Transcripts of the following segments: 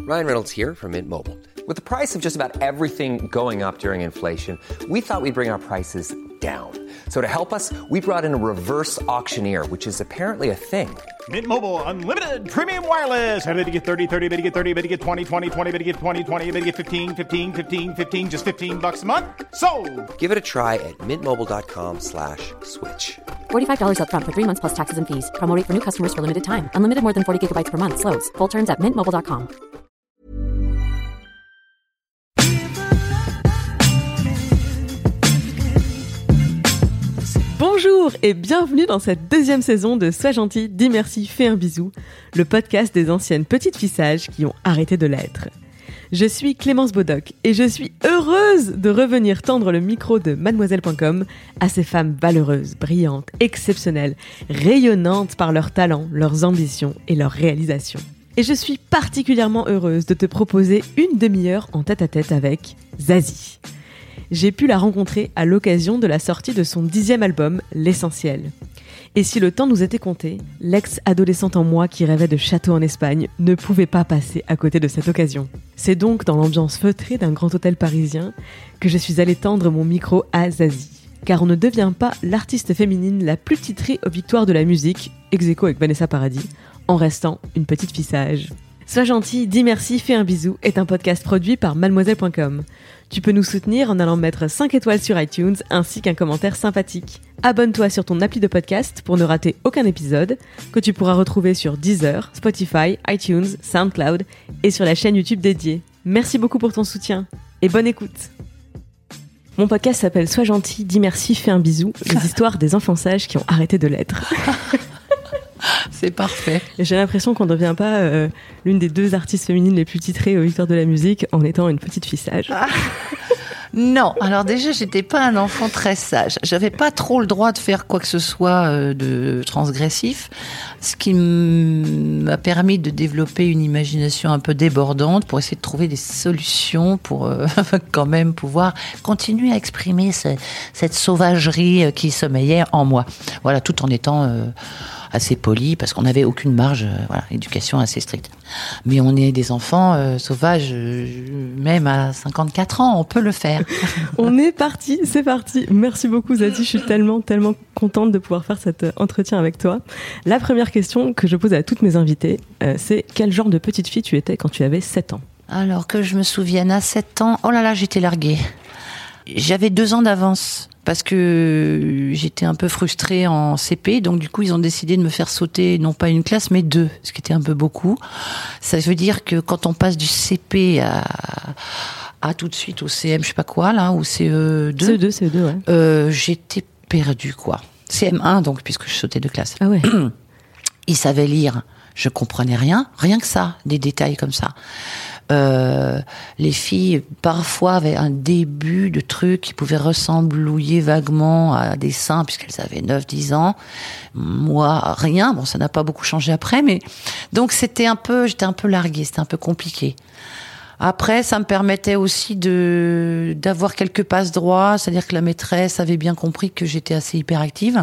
Ryan Reynolds here from Mint Mobile. With the price of just about everything going up during inflation, we thought we'd bring our prices down. So to help us, we brought in a reverse auctioneer, which is apparently a thing. Mint Mobile Unlimited Premium Wireless. How to get 30, 30, how to get 30, how to get 20, 20, 20, how to get 20, 20, how to get 15, 15, 15, 15, just $15 a month? Sold! Give it a try at mintmobile.com/switch. $45 up front for 3 months plus taxes and fees. Promo rate for new customers for limited time. Unlimited more than 40 gigabytes per month. Slows full terms at mintmobile.com. Bonjour et bienvenue dans cette deuxième saison de Sois gentil, dis merci, fais un bisou, le podcast des anciennes petites filles sages qui ont arrêté de l'être. Je suis Clémence Bodoc et je suis heureuse de revenir tendre le micro de mademoiselle.com à ces femmes valeureuses, brillantes, exceptionnelles, rayonnantes par leurs talents, leurs ambitions et leurs réalisations. Et je suis particulièrement heureuse de te proposer une demi-heure en tête-à-tête avec Zazie. J'ai pu la rencontrer à l'occasion de la sortie de son 10e album, L'Essentiel. Et si le temps nous était compté, l'ex-adolescente en moi qui rêvait de château en Espagne ne pouvait pas passer à côté de cette occasion. C'est donc dans l'ambiance feutrée d'un grand hôtel parisien que je suis allée tendre mon micro à Zazie. Car on ne devient pas l'artiste féminine la plus titrée aux victoires de la musique, ex-aequo avec Vanessa Paradis, en restant une petite fille sage. Sois gentil, dis merci, fais un bisou est un podcast produit par mademoiselle.com. Tu peux nous soutenir en allant mettre 5 étoiles sur iTunes ainsi qu'un commentaire sympathique. Abonne-toi sur ton appli de podcast pour ne rater aucun épisode que tu pourras retrouver sur Deezer, Spotify, iTunes, SoundCloud et sur la chaîne YouTube dédiée. Merci beaucoup pour ton soutien et bonne écoute. Mon podcast s'appelle Sois gentil, dis merci, fais un bisou, les histoires des enfants sages qui ont arrêté de l'être. C'est parfait. Et j'ai l'impression qu'on ne devient pas l'une des 2 artistes féminines les plus titrées aux victoires de la musique en étant une petite fille sage. Non, alors déjà, j'étais pas un enfant très sage. J'avais pas trop le droit de faire quoi que ce soit de transgressif, ce qui m'a permis de développer une imagination un peu débordante pour essayer de trouver des solutions pour quand même pouvoir continuer à exprimer cette sauvagerie qui sommeillait en moi. Voilà, tout en étant assez poli, parce qu'on n'avait aucune marge, éducation assez stricte. Mais on est des enfants sauvages, même à 54 ans, on peut le faire. On est parti, c'est parti. Merci beaucoup Zazie, je suis tellement contente de pouvoir faire cet entretien avec toi. La première question que je pose à toutes mes invitées, c'est quel genre de petite fille tu étais quand tu avais 7 ans ? Alors que je me souvienne, à 7 ans, oh là là, j'étais larguée. J'avais 2 ans d'avance. Parce que j'étais un peu frustrée en CP, donc du coup ils ont décidé de me faire sauter non pas une classe mais 2, ce qui était un peu beaucoup. Ça veut dire que quand on passe du CP à tout de suite au CM, je sais pas quoi là, ou CE2. CE2, ouais. J'étais perdue quoi. CM1 donc puisque je sautais de classe. Ah ouais. Ils savaient lire, je comprenais rien que ça, des détails comme ça. Les filles parfois avaient un début de trucs qui pouvaient ressembler vaguement à des seins puisqu'elles avaient 9-10 ans. Moi, rien. Bon, ça n'a pas beaucoup changé après, mais donc j'étais un peu larguée, c'était un peu compliqué. Après, ça me permettait aussi d'avoir quelques passes droits, c'est-à-dire que la maîtresse avait bien compris que j'étais assez hyperactive,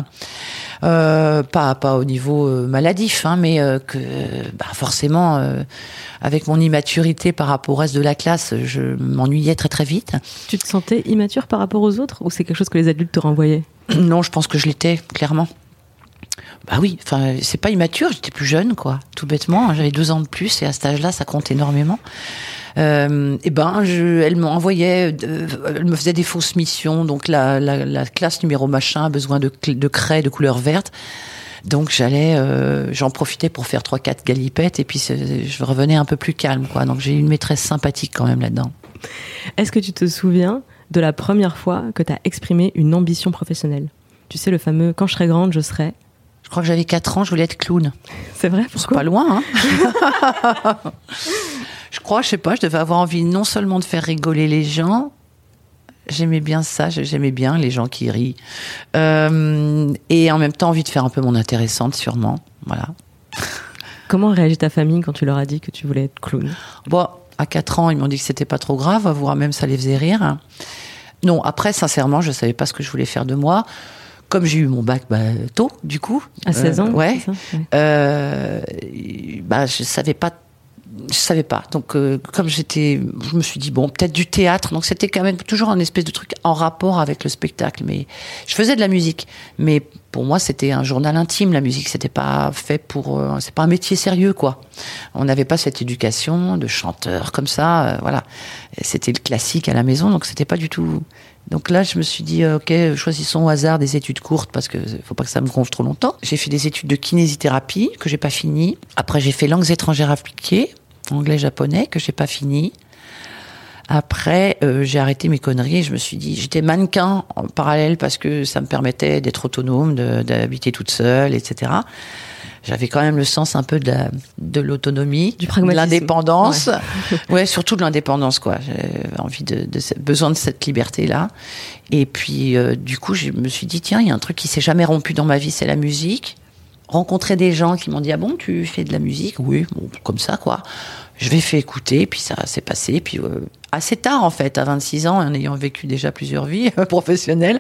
pas au niveau maladif, hein, mais que forcément, avec mon immaturité par rapport au reste de la classe, je m'ennuyais très très vite. Tu te sentais immature par rapport aux autres, ou c'est quelque chose que les adultes te renvoyaient ? Non, je pense que je l'étais clairement. Bah oui, enfin c'est pas immature, j'étais plus jeune quoi, tout bêtement. J'avais 2 ans de plus et à cet âge-là, ça compte énormément. Elle m'envoyait, elle me faisait des fausses missions. Donc la classe numéro machin a besoin de craie de couleur verte. Donc j'en profitais pour faire 3-4 galipettes et puis je revenais un peu plus calme quoi. Donc j'ai eu une maîtresse sympathique quand même là-dedans. Est-ce que tu te souviens de la première fois que tu as exprimé une ambition professionnelle ? Tu sais, le fameux « quand je serai grande, je serai ». Je crois que j'avais 4 ans, je voulais être clown. C'est vrai ? Pourquoi ? C'est pas loin, hein. Je sais pas, je devais avoir envie non seulement de faire rigoler les gens, j'aimais bien ça, j'aimais bien les gens qui rient, et en même temps envie de faire un peu mon intéressante, sûrement, voilà. Comment réagit ta famille quand tu leur as dit que tu voulais être clown ? Bon, à 4 ans, ils m'ont dit que c'était pas trop grave, voire même ça les faisait rire. Non, après, sincèrement, je savais pas ce que je voulais faire de moi. Comme j'ai eu mon bac tôt, du coup. À 16 ans, ouais. c'est ça, ouais. Je savais pas je savais pas. Donc, comme je me suis dit, bon, peut-être du théâtre. Donc, c'était quand même toujours un espèce de truc en rapport avec le spectacle. Mais je faisais de la musique. Mais pour moi, c'était un journal intime, la musique. C'était pas fait c'est pas un métier sérieux, quoi. On n'avait pas cette éducation de chanteur comme ça, voilà. C'était le classique à la maison, donc c'était pas du tout. Donc là, je me suis dit, ok, choisissons au hasard des études courtes parce que faut pas que ça me gonfle trop longtemps. J'ai fait des études de kinésithérapie que j'ai pas fini. Après, j'ai fait langues étrangères appliquées, anglais, japonais, que j'ai pas fini. Après, j'ai arrêté mes conneries et je me suis dit, j'étais mannequin en parallèle parce que ça me permettait d'être autonome, d'habiter toute seule, etc. J'avais quand même le sens un peu de l'autonomie, du pragmatisme, de l'indépendance. Ouais, surtout de l'indépendance, quoi. J'avais envie besoin de cette liberté-là. Et puis, du coup, je me suis dit, tiens, il y a un truc qui s'est jamais rompu dans ma vie, c'est la musique. Rencontrer des gens qui m'ont dit, ah bon, tu fais de la musique? Oui, bon, comme ça, quoi. Je vais faire écouter, puis ça s'est passé. Puis assez tard, en fait, à 26 ans, en ayant vécu déjà plusieurs vies professionnelles,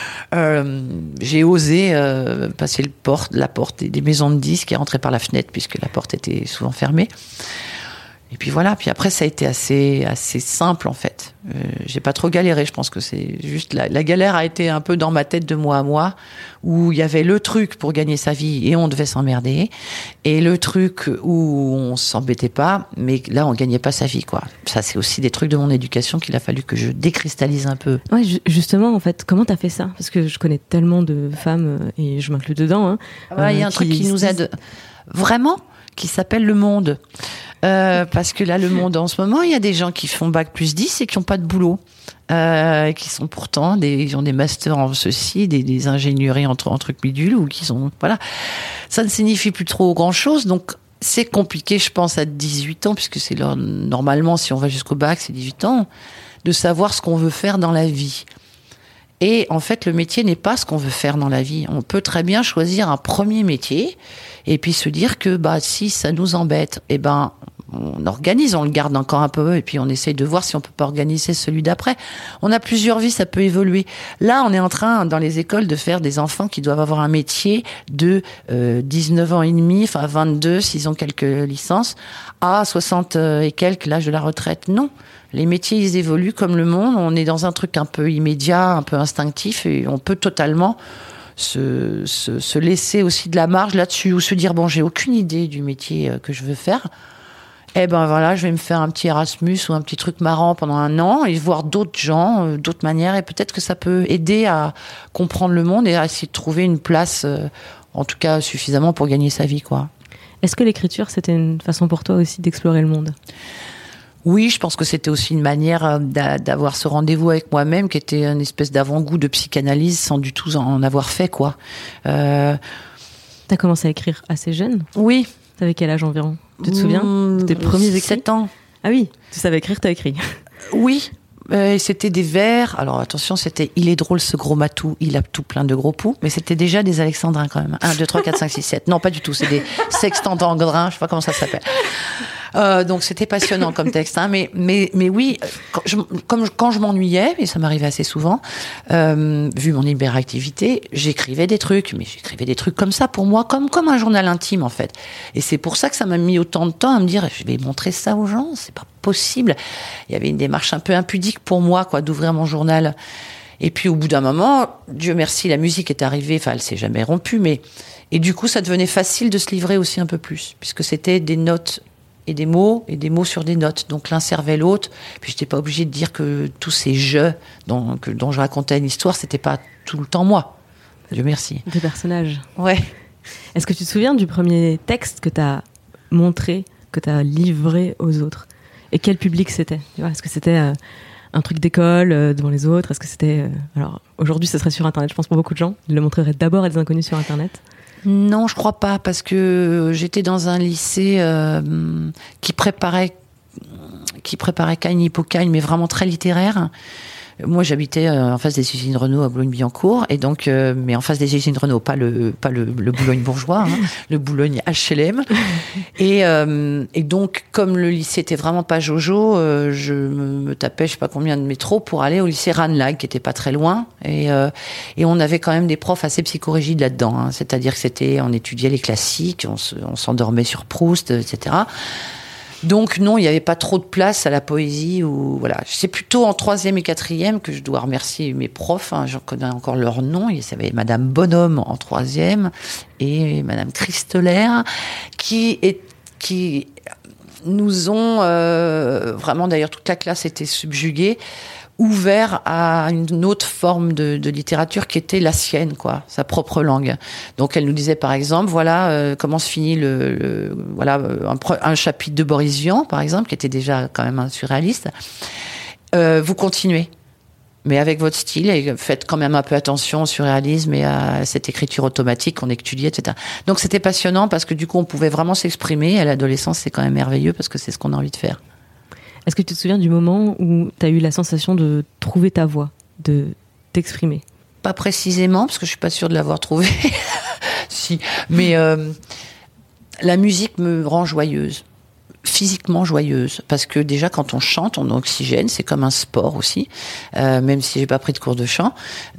j'ai osé passer la porte des maisons de disques et rentrer par la fenêtre, puisque la porte était souvent fermée. Et puis voilà, puis après ça a été assez simple en fait. J'ai pas trop galéré, je pense que c'est juste la galère a été un peu dans ma tête de mois à mois, où il y avait le truc pour gagner sa vie et on devait s'emmerder, et le truc où on s'embêtait pas, mais là on gagnait pas sa vie, quoi. Ça c'est aussi des trucs de mon éducation qu'il a fallu que je décristallise un peu. Ouais, justement en fait, comment t'as fait ça? Parce que je connais tellement de femmes et je m'inclus dedans. Hein, il y a un truc qui nous aide vraiment, qui s'appelle Le Monde. Parce que là, Le Monde, en ce moment, il y a des gens qui font bac+10 et qui n'ont pas de boulot. Qui sont pourtant ils ont des masters en ceci, des ingénieries en trucs bidules, ou qui sont, voilà. Ça ne signifie plus trop grand chose. Donc, c'est compliqué, je pense, à 18 ans, puisque c'est normalement, si on va jusqu'au bac, c'est 18 ans, de savoir ce qu'on veut faire dans la vie. Et en fait, le métier n'est pas ce qu'on veut faire dans la vie. On peut très bien choisir un premier métier et puis se dire que si ça nous embête, on organise, on le garde encore un peu et puis on essaye de voir si on peut pas organiser celui d'après. On a plusieurs vies, ça peut évoluer. Là, on est en train, dans les écoles, de faire des enfants qui doivent avoir un métier de 19 ans et demi, 22 s'ils ont quelques licences, à 60 et quelques, l'âge de la retraite. Non. Les métiers, ils évoluent comme le monde. On est dans un truc un peu immédiat, un peu instinctif, et on peut totalement se laisser aussi de la marge là-dessus, ou se dire, bon, j'ai aucune idée du métier que je veux faire. Voilà, je vais me faire un petit Erasmus ou un petit truc marrant pendant 1 an et voir d'autres gens, d'autres manières, et peut-être que ça peut aider à comprendre le monde et à essayer de trouver une place, en tout cas suffisamment pour gagner sa vie, quoi. Est-ce que l'écriture, c'était une façon pour toi aussi d'explorer le monde ? Oui, je pense que c'était aussi une manière d'avoir ce rendez-vous avec moi-même, qui était une espèce d'avant-goût de psychanalyse sans du tout en avoir fait, quoi. T'as commencé à écrire assez jeune ? Oui. T'avais quel âge environ ? Tu te souviens de tes premiers écrits ? 7 ans. Ah oui, tu savais écrire, t'as écrit. Oui. C'était des vers. Alors attention, c'était « Il est drôle ce gros matou, il a tout plein de gros poux ». Mais c'était déjà des alexandrins quand même. 1, 2, 3, 4, 5, 6, 7. Non, pas du tout. C'est des sextantandrins, je sais pas comment ça s'appelle. Donc c'était passionnant comme texte, hein, mais oui, quand je m'ennuyais, et ça m'arrivait assez souvent, vu mon hyperactivité, j'écrivais des trucs comme ça pour moi, comme un journal intime en fait. Et c'est pour ça que ça m'a mis autant de temps à me dire, je vais montrer ça aux gens, c'est pas possible. Il y avait une démarche un peu impudique pour moi, quoi, d'ouvrir mon journal. Et puis au bout d'un moment, Dieu merci, la musique est arrivée, enfin elle s'est jamais rompue, et du coup ça devenait facile de se livrer aussi un peu plus, puisque c'était des notes et des mots sur des notes. Donc l'un servait l'autre. Puis j'étais pas obligée de dire que tous ces jeux dont je racontais une histoire, c'était pas tout le temps moi. Dieu merci. Des personnages. Ouais. Est-ce que tu te souviens du premier texte que t'as montré, que t'as livré aux autres ? Et quel public c'était ? Tu vois, est-ce que c'était un truc d'école devant les autres ? Est-ce que c'était... Alors aujourd'hui, ce serait sur Internet, je pense, pour beaucoup de gens. Ils le montreraient d'abord à des inconnus sur Internet. Non, je crois pas, parce que j'étais dans un lycée qui préparait Cagne Hippocagne, mais vraiment très littéraire. Moi, j'habitais en face des usines Renault à Boulogne-Billancourt, et donc, mais en face des usines Renault, pas le Boulogne bourgeois, hein, le Boulogne HLM. Et donc, comme le lycée était vraiment pas jojo, je me tapais, je sais pas combien de métros pour aller au lycée Ranelagh, qui était pas très loin. Et on avait quand même des profs assez psychorigides là-dedans, hein, c'est-à-dire que on étudiait les classiques, on s'endormait sur Proust, etc. Donc non, il n'y avait pas trop de place à la poésie. Voilà. C'est plutôt en 3e et 4e que je dois remercier mes profs. J'en connais encore leur nom. Il y avait Madame Bonhomme en 3e et Madame Christeler qui nous ont vraiment, d'ailleurs toute la classe était subjuguée, ouvert à une autre forme de littérature qui était la sienne, quoi, sa propre langue. Donc elle nous disait par exemple, voilà comment se finit un chapitre de Boris Vian, par exemple, qui était déjà quand même un surréaliste. Vous continuez, mais avec votre style, et faites quand même un peu attention au surréalisme et à cette écriture automatique qu'on étudie, etc. Donc c'était passionnant parce que du coup on pouvait vraiment s'exprimer. À l'adolescence, c'est quand même merveilleux parce que c'est ce qu'on a envie de faire. Est-ce que tu te souviens du moment où tu as eu la sensation de trouver ta voix, de t'exprimer ? Pas précisément, parce que je suis pas sûre de l'avoir trouvée. Si, mais la musique me rend joyeuse, physiquement joyeuse, parce que déjà quand on chante, on oxygène, c'est comme un sport aussi. Même si j'ai pas pris de cours de chant,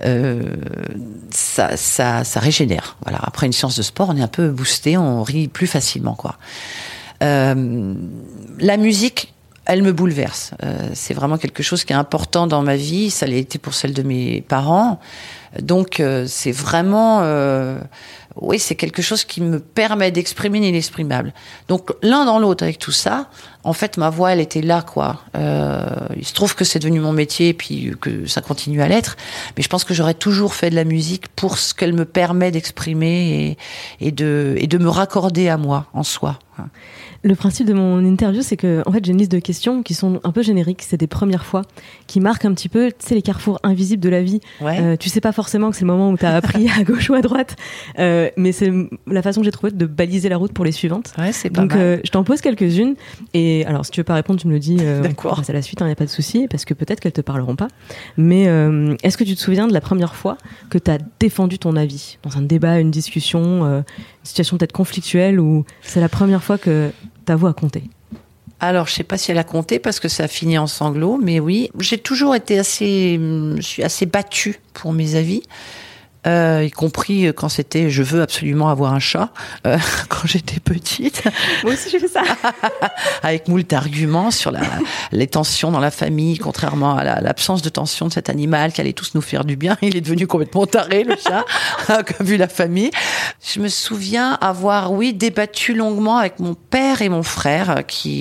ça régénère. Voilà. Après une séance de sport, on est un peu boosté, on rit plus facilement, quoi. La musique, elle me bouleverse. C'est vraiment quelque chose qui est important dans ma vie. Ça l'a été pour celle de mes parents. Donc, c'est vraiment... oui, c'est quelque chose qui me permet d'exprimer l'inexprimable. Donc, l'un dans l'autre, avec tout ça, en fait, ma voix, elle était là, quoi. Il se trouve que c'est devenu mon métier et puis que ça continue à l'être. Mais je pense que j'aurais toujours fait de la musique pour ce qu'elle me permet d'exprimer et de me raccorder à moi, en soi. Le principe de mon interview, c'est que en fait, j'ai une liste de questions qui sont un peu génériques. C'est des premières fois qui marquent un petit peu, tu sais, les carrefours invisibles de la vie. Ouais. Tu sais pas forcément que c'est le moment où tu as appris à gauche ou à droite, mais c'est la façon que j'ai trouvé de baliser la route pour les suivantes. Ouais, c'est pas Donc, mal. je t'en pose quelques-unes. Et alors, si tu veux pas répondre, tu me le dis. D'accord. On passe à la suite, il n'y a pas de souci, parce que peut-être qu'elles te parleront pas. Mais est-ce que tu te souviens de la première fois que tu as défendu ton avis dans un débat, une discussion, une situation peut-être conflictuelle, où c'est la première fois que ta voix a compté? Alors, je sais pas si elle a compté parce que ça a fini en sanglots, mais oui, j'ai toujours été je suis assez battue pour mes avis, y compris quand c'était je veux absolument avoir un chat, quand j'étais petite. Moi aussi j'ai fait ça. Avec moult arguments sur les tensions dans la famille, contrairement à l'absence de tension de cet animal qui allait tous nous faire du bien. Il est devenu complètement taré, le chat, vu la famille. Je me souviens avoir, oui, débattu longuement avec mon père et mon frère,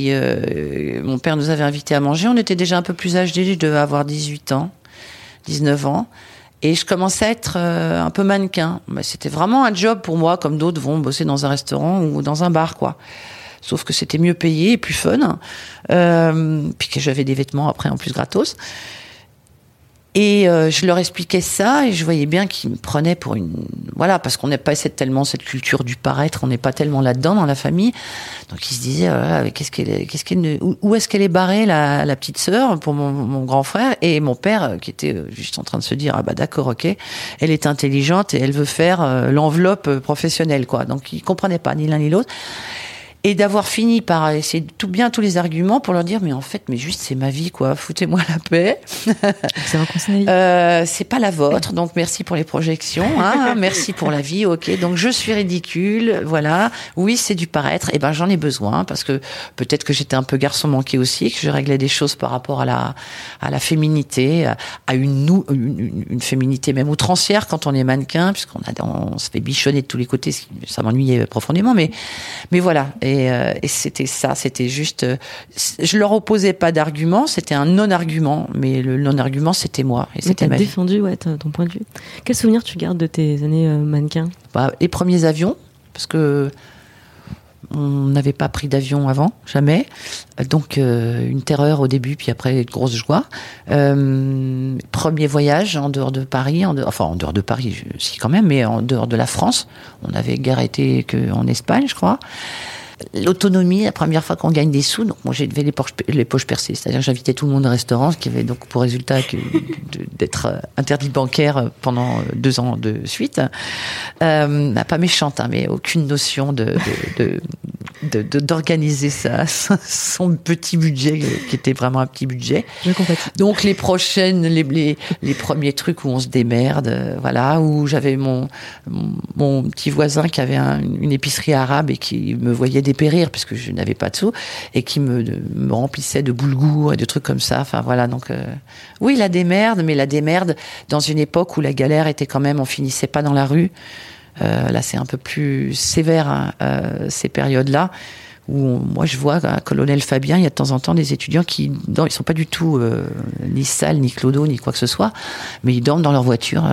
mon père nous avait invités à manger. On était déjà un peu plus âgés, je devais avoir 18 ans, 19 ans. Et je commençais à être un peu mannequin. Mais c'était vraiment un job pour moi, comme d'autres vont bosser dans un restaurant ou dans un bar, quoi. Sauf que c'était mieux payé et plus fun. Puis que j'avais des vêtements après en plus gratos. Et je leur expliquais ça et je voyais bien qu'ils me prenaient pour une... Voilà, parce qu'on n'est pas tellement cette culture du paraître, on n'est pas tellement là-dedans dans la famille. Donc ils se disaient, où est-ce qu'elle est barrée, la petite sœur, pour mon grand frère, et mon père qui était juste en train de se dire, ah bah d'accord, ok, elle est intelligente et elle veut faire l'enveloppe professionnelle, quoi. Donc ils comprenaient pas ni l'un ni l'autre. Et d'avoir fini par essayer tous les arguments pour leur dire, mais en fait, juste c'est ma vie, quoi. Foutez-moi la paix. C'est un conseil. C'est pas la vôtre, donc merci pour les projections, hein, merci pour la vie, ok. Donc je suis ridicule, voilà. Oui, c'est du paraître. Et ben j'en ai besoin parce que peut-être que j'étais un peu garçon manqué aussi, que je réglais des choses par rapport à la féminité, à une féminité même outrancière quand on est mannequin, puisqu'on se fait bichonner de tous les côtés, ça m'ennuyait profondément, mais voilà. Et c'était ça, c'était juste... je leur opposais pas d'argument, c'était un non-argument, mais le non-argument, c'était moi. Et c'était ma vie. Défendu, ouais, ton point de vue. Quel souvenir tu gardes de tes années mannequin ? Les premiers avions, parce que on n'avait pas pris d'avion avant, jamais. Donc, une terreur au début, puis après, une grosse joie. Premier voyage en dehors de Paris, en dehors de Paris, si quand même, mais en dehors de la France. On avait été qu'en Espagne, je crois. L'autonomie, la première fois qu'on gagne des sous, donc moi j'avais les poches percées, c'est-à-dire que j'invitais tout le monde au restaurant, ce qui avait donc pour résultat d'être interdit bancaire pendant 2 ans de suite. Pas méchante, hein, mais aucune notion d'organiser ça, son petit budget, qui était vraiment un petit budget. Je compatis. Donc les premiers trucs où on se démerde, voilà, où j'avais mon petit voisin qui avait une épicerie arabe et qui me voyait dépérir puisque je n'avais pas de sous et qui me remplissait de boulgours et de trucs comme ça. Enfin voilà, donc oui, la démerde, mais la démerde dans une époque où la galère était quand même, on finissait pas dans la rue. Là, c'est un peu plus sévère, hein, ces périodes-là, où moi je vois à Colonel Fabien, il y a de temps en temps des étudiants qui ils sont pas du tout ni sales, ni clodos, ni quoi que ce soit, mais ils dorment dans leur voiture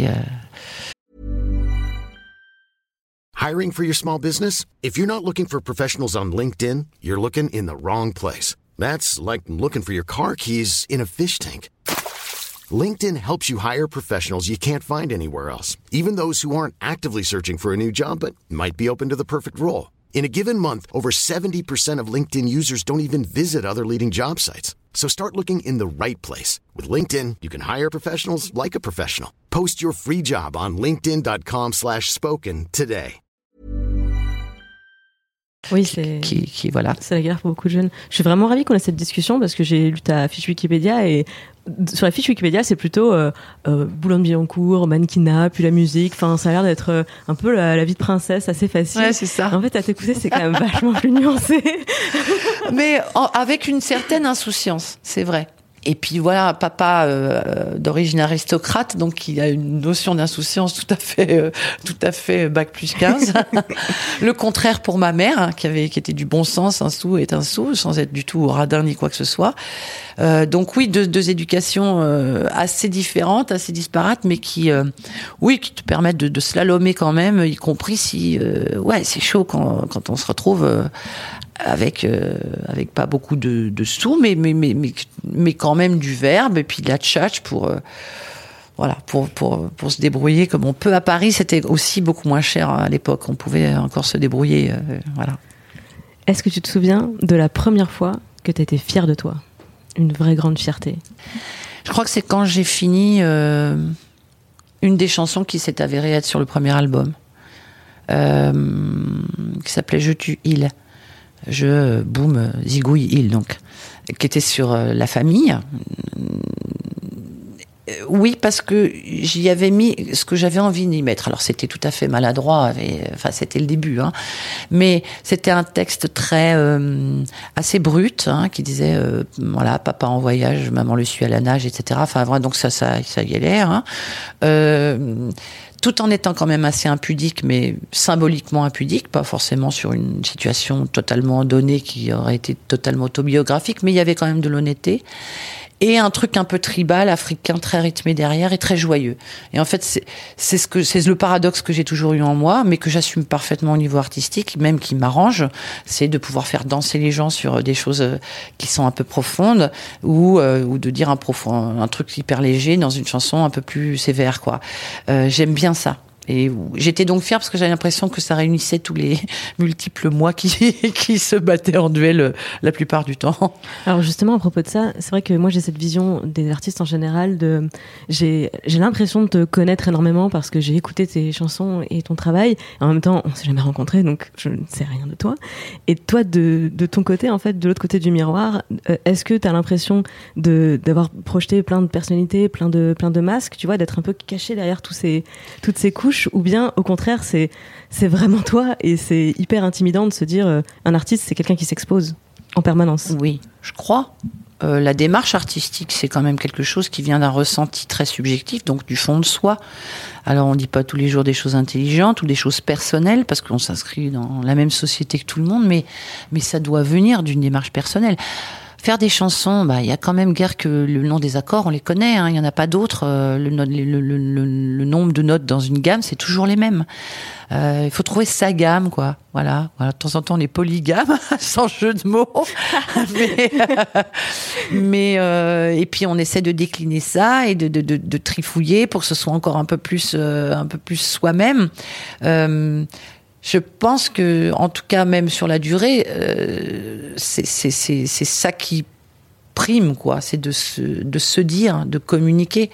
Hiring for your small business? If you're not looking for professionals on LinkedIn, you're looking in the wrong place. That's like looking for your car keys in a fish tank. LinkedIn helps you hire professionals you can't find anywhere else, even those who aren't actively searching for a new job but might be open to the perfect role. In a given month, over 70% of LinkedIn users don't even visit other leading job sites. So start looking in the right place. With LinkedIn, you can hire professionals like a professional. Post your free job on linkedin.com/spoken today. Oui, c'est voilà. C'est la galère pour beaucoup de jeunes. Je suis vraiment ravie qu'on ait cette discussion parce que j'ai lu ta fiche Wikipédia et sur la fiche Wikipédia, c'est plutôt Boulogne-Billancourt, mannequinat, puis la musique. Enfin, ça a l'air d'être un peu la vie de princesse, assez facile. Ouais, c'est ça. En fait, à t'écouter, c'est quand même vachement plus nuancé. Mais avec une certaine insouciance, c'est vrai. Et puis voilà, papa d'origine aristocrate, donc il a une notion d'insouciance tout à fait bac plus 15. Le contraire pour ma mère, hein, qui était du bon sens, un sou est un sou, sans être du tout radin ni quoi que ce soit. Donc oui, deux éducations assez différentes, assez disparates, mais qui te permettent de slalomer quand même, y compris si c'est chaud quand on se retrouve avec pas beaucoup de sous, mais quand même du verbe et puis de la tchatch pour se débrouiller comme on peut. À Paris, c'était aussi beaucoup moins cher à l'époque, on pouvait encore se débrouiller, voilà. Est-ce que tu te souviens de la première fois que tu étais fière de toi? Une vraie grande fierté. Je crois que c'est quand j'ai fini une des chansons qui s'est avérée être sur le premier album, qui s'appelait Je tue il. Boum, zigouille, il, donc, qui était sur la famille. Oui, parce que j'y avais mis ce que j'avais envie d'y mettre. Alors, c'était tout à fait maladroit, c'était le début, hein. Mais c'était un texte assez brut, hein, qui disait, papa en voyage, maman le suit à la nage, etc. Enfin, vraiment, donc ça y allait, hein. Tout en étant quand même assez impudique, mais symboliquement impudique, pas forcément sur une situation totalement donnée qui aurait été totalement autobiographique, mais il y avait quand même de l'honnêteté. Et un truc un peu tribal, africain, très rythmé derrière et très joyeux. Et en fait, c'est le paradoxe que j'ai toujours eu en moi, mais que j'assume parfaitement au niveau artistique, même qui m'arrange, c'est de pouvoir faire danser les gens sur des choses qui sont un peu profondes, ou de dire un truc hyper léger dans une chanson un peu plus sévère, quoi. J'aime bien ça. Et j'étais donc fière parce que j'avais l'impression que ça réunissait tous les multiples moi qui se battaient en duel la plupart du temps. Alors justement, à propos de ça, c'est vrai que moi j'ai cette vision des artistes en général j'ai l'impression de te connaître énormément parce que j'ai écouté tes chansons et ton travail. Et en même temps, on s'est jamais rencontrés, donc je ne sais rien de toi. Et toi, de ton côté, en fait, de l'autre côté du miroir, est-ce que tu as l'impression d'avoir projeté plein de personnalités, plein de masques, tu vois, d'être un peu caché derrière toutes ces couches? Ou bien au contraire c'est vraiment toi et c'est hyper intimidant de se dire un artiste c'est quelqu'un qui s'expose en permanence? Oui, je crois. La démarche artistique, c'est quand même quelque chose qui vient d'un ressenti très subjectif, donc du fond de soi. Alors on dit pas tous les jours des choses intelligentes ou des choses personnelles parce qu'on s'inscrit dans la même société que tout le monde, mais ça doit venir d'une démarche personnelle. Faire des chansons, il y a quand même guère que le nom des accords, on les connaît, hein, il y en a pas d'autres. Le nombre de notes dans une gamme, c'est toujours les mêmes. Il faut trouver sa gamme, quoi. Voilà. De temps en temps, on est polygame, sans jeu de mots. mais et puis on essaie de décliner ça et de trifouiller pour que ce soit encore un peu plus soi-même. Je pense que, en tout cas, même sur la durée, c'est ça qui prime, quoi. C'est de se dire, de communiquer,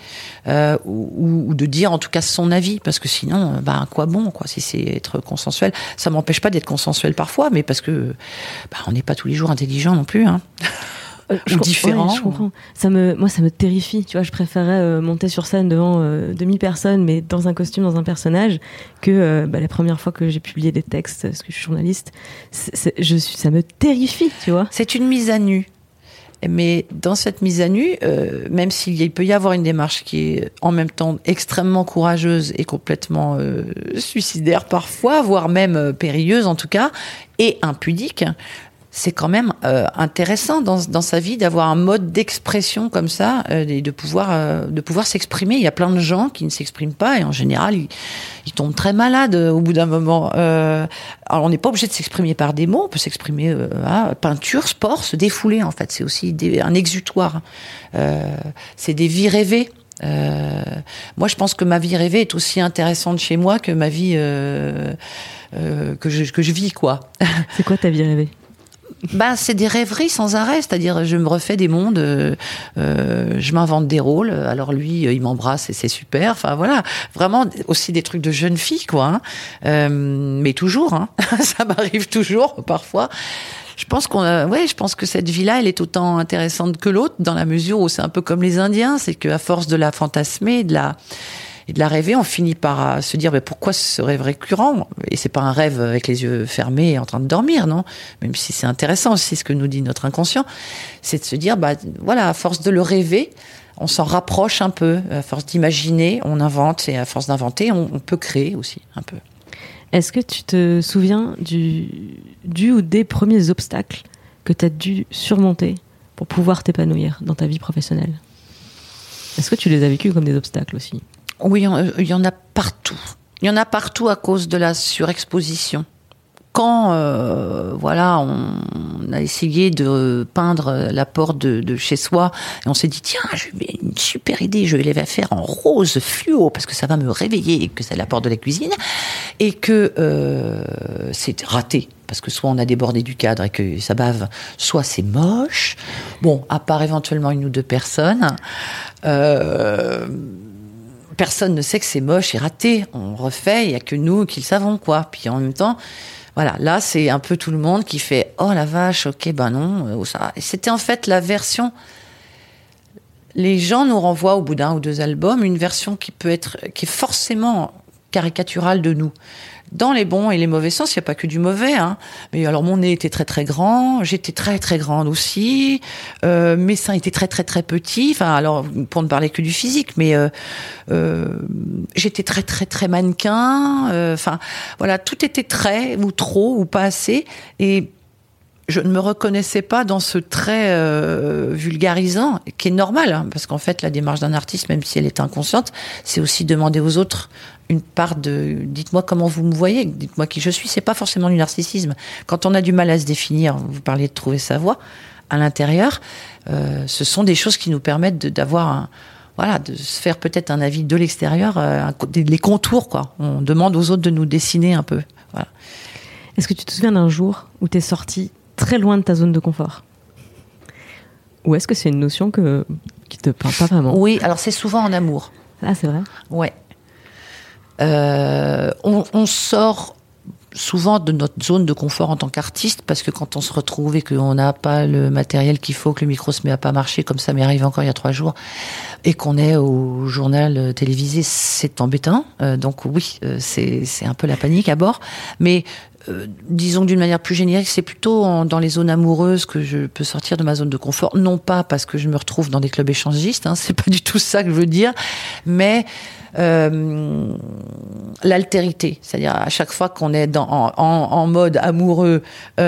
ou de dire en tout cas son avis, parce que sinon, à quoi bon, quoi, si c'est être consensuel. Ça m'empêche pas d'être consensuel parfois, mais parce que on n'est pas tous les jours intelligent non plus, hein. Ou différent. Ouais, je comprends. Moi, ça me terrifie. Tu vois, je préférais monter sur scène devant 2000 personnes, mais dans un costume, dans un personnage, que la première fois que j'ai publié des textes, parce que je suis journaliste, ça me terrifie, tu vois. C'est une mise à nu. Mais dans cette mise à nu, même s'il peut y avoir une démarche qui est en même temps extrêmement courageuse et complètement suicidaire parfois, voire même périlleuse en tout cas, et impudique, c'est quand même intéressant dans sa vie d'avoir un mode d'expression comme ça, et de pouvoir s'exprimer. Il y a plein de gens qui ne s'expriment pas et en général ils tombent très malades au bout d'un moment. Alors on n'est pas obligé de s'exprimer par des mots, on peut s'exprimer peinture, sport, se défouler en fait. C'est aussi un exutoire. C'est des vies rêvées. Moi je pense que ma vie rêvée est aussi intéressante chez moi que ma vie que je vis, quoi. C'est quoi ta vie rêvée? C'est des rêveries sans arrêt, c'est-à-dire je me refais des mondes, je m'invente des rôles. Alors lui, il m'embrasse et c'est super. Enfin voilà, vraiment aussi des trucs de jeune fille, quoi. Mais toujours, hein. Ça m'arrive toujours parfois. Je pense que cette vie-là, elle est autant intéressante que l'autre dans la mesure où c'est un peu comme les Indiens, c'est qu'à force de la fantasmer, et de la rêver, on finit par se dire pourquoi ce rêve récurrent? Et c'est pas un rêve avec les yeux fermés en train de dormir, non? Même si c'est intéressant aussi ce que nous dit notre inconscient, c'est de se dire à force de le rêver, on s'en rapproche un peu, à force d'imaginer, on invente, et à force d'inventer, on peut créer aussi un peu. Est-ce que tu te souviens du ou des premiers obstacles que tu as dû surmonter pour pouvoir t'épanouir dans ta vie professionnelle? Est-ce que tu les as vécus comme des obstacles aussi? Oui, il y en a partout. Il y en a partout à cause de la surexposition. Quand, on a essayé de peindre la porte de chez soi, et on s'est dit, tiens, j'ai une super idée, je vais la faire en rose fluo, parce que ça va me réveiller, et que c'est la porte de la cuisine, et que c'est raté. Parce que soit on a débordé du cadre et que ça bave, soit c'est moche. Bon, à part éventuellement une ou deux personnes, personne ne sait que c'est moche et raté. On refait, il n'y a que nous qui le savons, quoi. Puis en même temps, voilà, là, c'est un peu tout le monde qui fait « Oh la vache, ok, non. » Et c'était en fait la version... Les gens nous renvoient au bout d'un ou deux albums une version qui est forcément caricaturale de nous. Dans les bons et les mauvais sens, il n'y a pas que du mauvais, hein. Mais alors, mon nez était très très grand, j'étais très très grande aussi, mes seins étaient très très très petits, enfin, alors, pour ne parler que du physique, mais j'étais très très très mannequin, voilà, tout était très, ou trop, ou pas assez, et je ne me reconnaissais pas dans ce trait vulgarisant, qui est normal, hein, parce qu'en fait, la démarche d'un artiste, même si elle est inconsciente, c'est aussi demander aux autres une part de « dites-moi comment vous me voyez, dites-moi qui je suis ». C'est pas forcément du narcissisme. Quand on a du mal à se définir, vous parliez de trouver sa voie, à l'intérieur, ce sont des choses qui nous permettent d'avoir de se faire peut-être un avis de l'extérieur, les contours, quoi. On demande aux autres de nous dessiner un peu. Voilà. Est-ce que tu te souviens d'un jour où t'es sortie très loin de ta zone de confort? Ou est-ce que c'est une notion qui te parle pas vraiment? Oui, alors c'est souvent en amour. Ah, c'est vrai? Ouais. On sort souvent de notre zone de confort en tant qu'artiste, parce que quand on se retrouve et qu'on n'a pas le matériel qu'il faut, que le micro se met à pas marcher, comme ça m'est arrivé encore il y a 3 jours, et qu'on est au journal télévisé, c'est embêtant. Donc oui, c'est un peu la panique à bord. Mais disons d'une manière plus générique, c'est plutôt dans les zones amoureuses que je peux sortir de ma zone de confort. Non pas parce que je me retrouve dans des clubs échangistes, hein, c'est pas du tout ça que je veux dire, mais l'altérité, c'est-à-dire à chaque fois qu'on est en mode amoureux,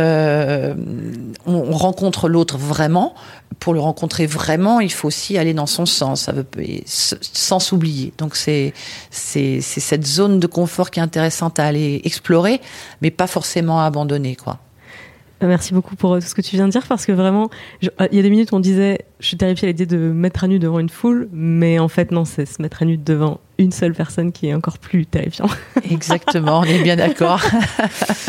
on rencontre l'autre vraiment. Pour le rencontrer vraiment, il faut aussi aller dans son sens, sans s'oublier. Donc c'est cette zone de confort qui est intéressante à aller explorer, mais pas forcément à abandonner, quoi. Merci beaucoup pour tout ce que tu viens de dire, parce que vraiment, il y a des minutes où on disait je suis terrifiée à l'idée de me mettre à nu devant une foule, mais en fait non, c'est se mettre à nu devant une seule personne qui est encore plus terrifiant. Exactement, on est bien d'accord.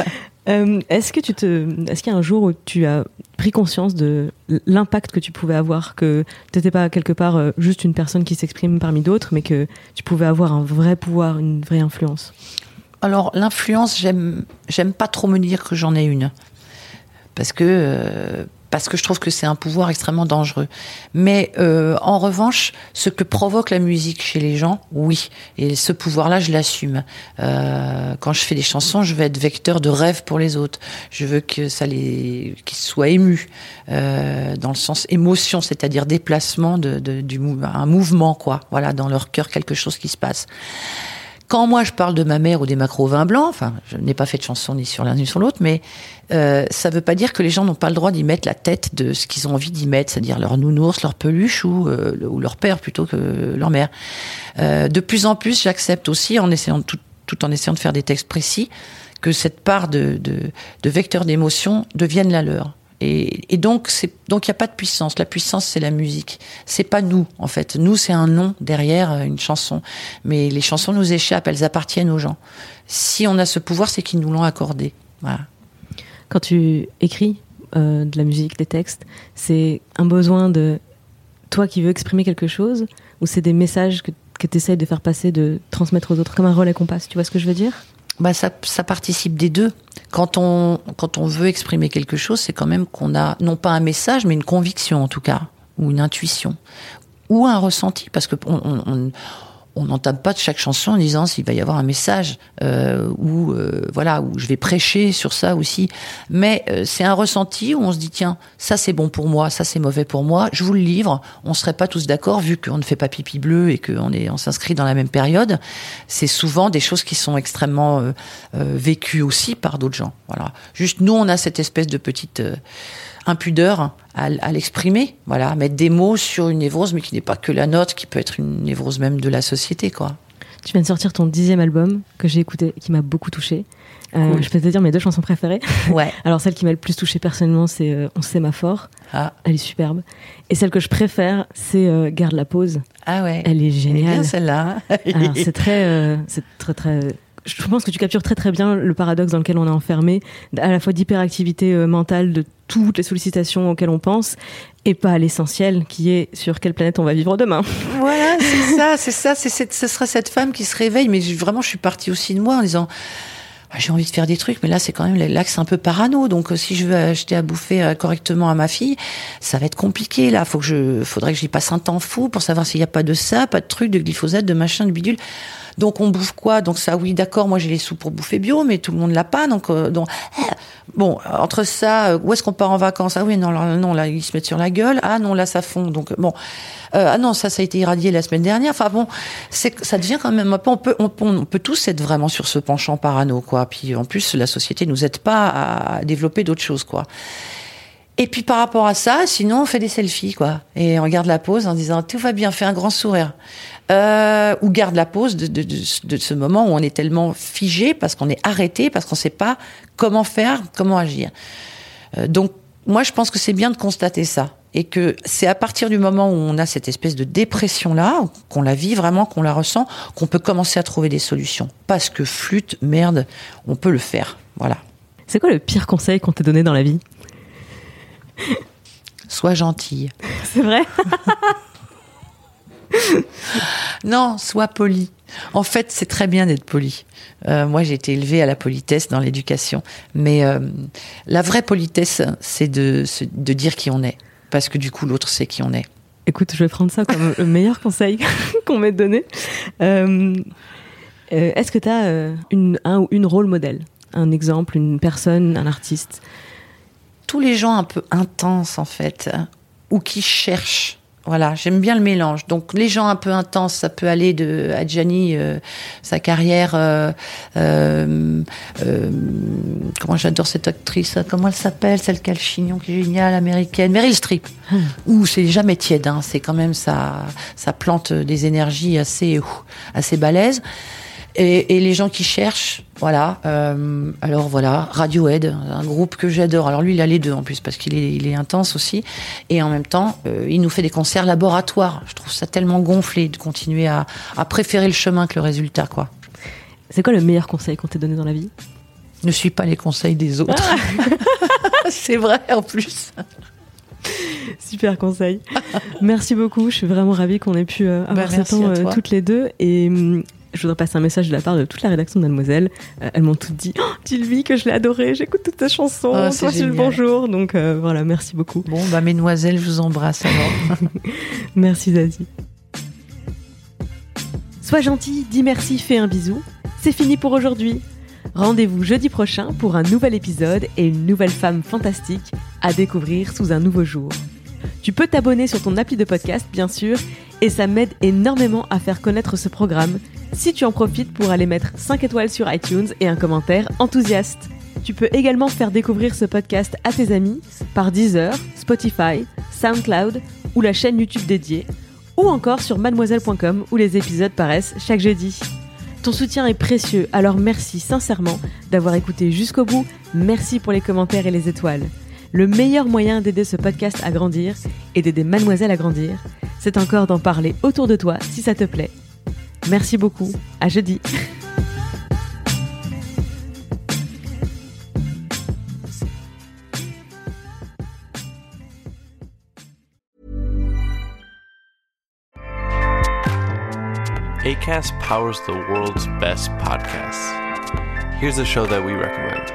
Est-ce qu'il y a un jour où tu as pris conscience de l'impact que tu pouvais avoir, que tu n'étais pas quelque part juste une personne qui s'exprime parmi d'autres, mais que tu pouvais avoir un vrai pouvoir, une vraie influence? Alors, l'influence, j'aime pas trop me dire que j'en ai une. Parce que je trouve que c'est un pouvoir extrêmement dangereux. Mais en revanche, ce que provoque la musique chez les gens, oui. Et ce pouvoir-là, je l'assume. Quand je fais des chansons, je veux être vecteur de rêve pour les autres. Je veux que qu'ils soient émus, dans le sens émotion, c'est-à-dire déplacement un mouvement, quoi. Voilà, dans leur cœur, quelque chose qui se passe. Quand moi je parle de ma mère ou des macros au vin blanc, enfin, je n'ai pas fait de chanson ni sur l'un ni sur l'autre, mais ça veut pas dire que les gens n'ont pas le droit d'y mettre la tête de ce qu'ils ont envie d'y mettre, c'est-à-dire leur nounours, leur peluche ou leur père plutôt que leur mère. De plus en plus, j'accepte aussi, tout en essayant de faire des textes précis, que cette part de vecteur d'émotion devienne la leur. Et donc il y a pas de puissance. La puissance, c'est la musique. C'est pas nous, en fait. Nous, c'est un nom derrière une chanson. Mais les chansons nous échappent, elles appartiennent aux gens. Si on a ce pouvoir, c'est qu'ils nous l'ont accordé. Voilà. Quand tu écris de la musique, des textes, c'est un besoin de toi qui veux exprimer quelque chose, ou c'est des messages que tu essayes de faire passer, de transmettre aux autres, comme un relais qu'on passe? Tu vois ce que je veux dire? Ça participe des deux. Quand on veut exprimer quelque chose, c'est quand même qu'on a, non pas un message, mais une conviction en tout cas, ou une intuition, ou un ressenti, parce que on n'entame pas de chaque chanson en disant s'il va y avoir un message, ou je vais prêcher sur ça aussi. Mais c'est un ressenti où on se dit tiens, ça c'est bon pour moi, ça c'est mauvais pour moi, je vous le livre. On serait pas tous d'accord vu qu'on ne fait pas pipi bleu et on s'inscrit dans la même période. C'est souvent des choses qui sont extrêmement vécues aussi par d'autres gens. Voilà. Juste nous, on a cette espèce de petite impudeur à l'exprimer, voilà, mettre des mots sur une névrose, mais qui n'est pas que la nôtre, qui peut être une névrose même de la société, quoi. Tu viens de sortir ton 10e album que j'ai écouté, qui m'a beaucoup touchée. Cool. Je peux te dire mes 2 chansons préférées. Ouais. Alors celle qui m'a le plus touchée personnellement, c'est On sémaphore. Ah. Elle est superbe. Et celle que je préfère, c'est Garde la pause. Ah ouais. Elle est géniale. Elle est bien celle-là. Alors c'est très. Je pense que tu captures très très bien le paradoxe dans lequel on est enfermé, à la fois d'hyperactivité mentale, de toutes les sollicitations auxquelles on pense, et pas à l'essentiel, qui est sur quelle planète on va vivre demain. Voilà, c'est ça. Ce serait cette femme qui se réveille, mais vraiment je suis partie aussi de moi en disant j'ai envie de faire des trucs, mais là c'est quand même l'axe un peu parano, donc si je veux acheter à bouffer correctement à ma fille, ça va être compliqué là. Faudrait que j'y passe un temps fou pour savoir s'il n'y a pas de ça, pas de truc, de glyphosate, de machin, de bidule. Donc on bouffe quoi? Donc ça, oui, d'accord, moi j'ai les sous pour bouffer bio, mais tout le monde l'a pas. Donc bon, entre ça, où est-ce qu'on part en vacances? Ah oui, non, là ils se mettent sur la gueule. Ah non, là ça fond. Donc bon, ah non, ça a été irradié la semaine dernière. Enfin bon, ça devient quand même un peu. On peut tous être vraiment sur ce penchant parano, quoi. Puis en plus, la société nous aide pas à développer d'autres choses, quoi. Et puis par rapport à ça, sinon on fait des selfies, quoi. Et on regarde la pause en disant tout va bien, fais un grand sourire. Ou garde la pause de ce moment où on est tellement figé parce qu'on est arrêté, parce qu'on sait pas comment faire, comment agir. Donc moi je pense que c'est bien de constater ça. Et que c'est à partir du moment où on a cette espèce de dépression-là, qu'on la vit vraiment, qu'on la ressent, qu'on peut commencer à trouver des solutions. Parce que flûte, merde, on peut le faire. Voilà. C'est quoi le pire conseil qu'on t'ait donné dans la vie? Sois gentille. C'est vrai? Non, sois poli. En fait, c'est très bien d'être poli. Moi, j'ai été élevée à la politesse dans l'éducation. Mais la vraie politesse, c'est de dire qui on est. Parce que du coup, l'autre sait qui on est. Écoute, je vais prendre ça comme le meilleur conseil qu'on m'ait donné. Est-ce que tu as un ou une rôle modèle? Un exemple, une personne, un artiste? Tous les gens un peu intenses, en fait, ou qui cherchent. Voilà, j'aime bien le mélange. Donc les gens un peu intenses, ça peut aller de Adjani, sa carrière. Comment j'adore cette actrice, comment elle s'appelle, celle qui a le chignon qui est géniale, américaine, Meryl Streep. Où c'est jamais tiède, hein, c'est quand même ça plante des énergies assez balèzes. Et les gens qui cherchent, voilà. Alors voilà, Radiohead, un groupe que j'adore. Alors lui, il a les deux en plus parce qu'il est intense aussi. Et en même temps, il nous fait des concerts laboratoires. Je trouve ça tellement gonflé de continuer à préférer le chemin que le résultat, quoi. C'est quoi le meilleur conseil qu'on t'ait donné dans la vie? Ne suis pas les conseils des autres. C'est vrai, en plus. Super conseil. Merci beaucoup. Je suis vraiment ravie qu'on ait pu avoir ce temps toutes les deux. Et je voudrais passer un message de la part de toute la rédaction de Mademoiselle. Elles m'ont toutes dit dis-lui que je l'ai adoré, j'écoute toutes tes chansons. Toi, c'est le bonjour. Donc voilà, merci beaucoup. Bon, mesdemoiselles, je vous embrasse alors. Merci Zazie. Sois gentil, dis merci, fais un bisou. C'est fini pour aujourd'hui. Rendez-vous jeudi prochain pour un nouvel épisode et une nouvelle femme fantastique à découvrir sous un nouveau jour. Tu peux t'abonner sur ton appli de podcast, bien sûr, et ça m'aide énormément à faire connaître ce programme si tu en profites pour aller mettre 5 étoiles sur iTunes et un commentaire enthousiaste. Tu peux également faire découvrir ce podcast à tes amis par Deezer, Spotify, SoundCloud ou la chaîne YouTube dédiée, ou encore sur mademoiselle.com où les épisodes paraissent chaque jeudi. Ton soutien est précieux, alors merci sincèrement d'avoir écouté jusqu'au bout. Merci pour les commentaires et les étoiles. Le meilleur moyen d'aider ce podcast à grandir et d'aider Mademoiselle à grandir, c'est encore d'en parler autour de toi si ça te plaît. Merci beaucoup, à jeudi. Acast powers the world's best podcasts. Here's a show that we recommend.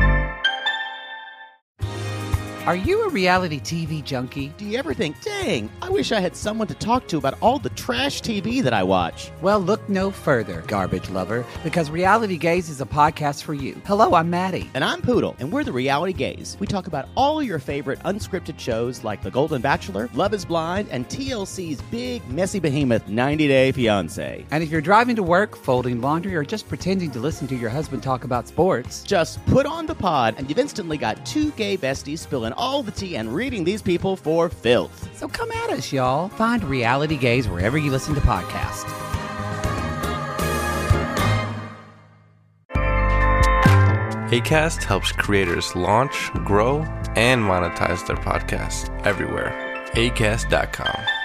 Are you a reality TV junkie? Do you ever think, dang, I wish I had someone to talk to about all the trash TV that I watch? Well, look no further, garbage lover, because Reality Gaze is a podcast for you. Hello, I'm Maddie. And I'm Poodle, and we're the Reality Gaze. We talk about all your favorite unscripted shows like The Golden Bachelor, Love is Blind, and TLC's big, messy behemoth, 90 Day Fiancé. And if you're driving to work, folding laundry, or just pretending to listen to your husband talk about sports, just put on the pod, and you've instantly got two gay besties spilling all the tea and reading these people for filth. So come at us, y'all. Find Reality Gaze wherever you listen to podcasts. Acast helps creators launch, grow, and monetize their podcasts everywhere. Acast.com.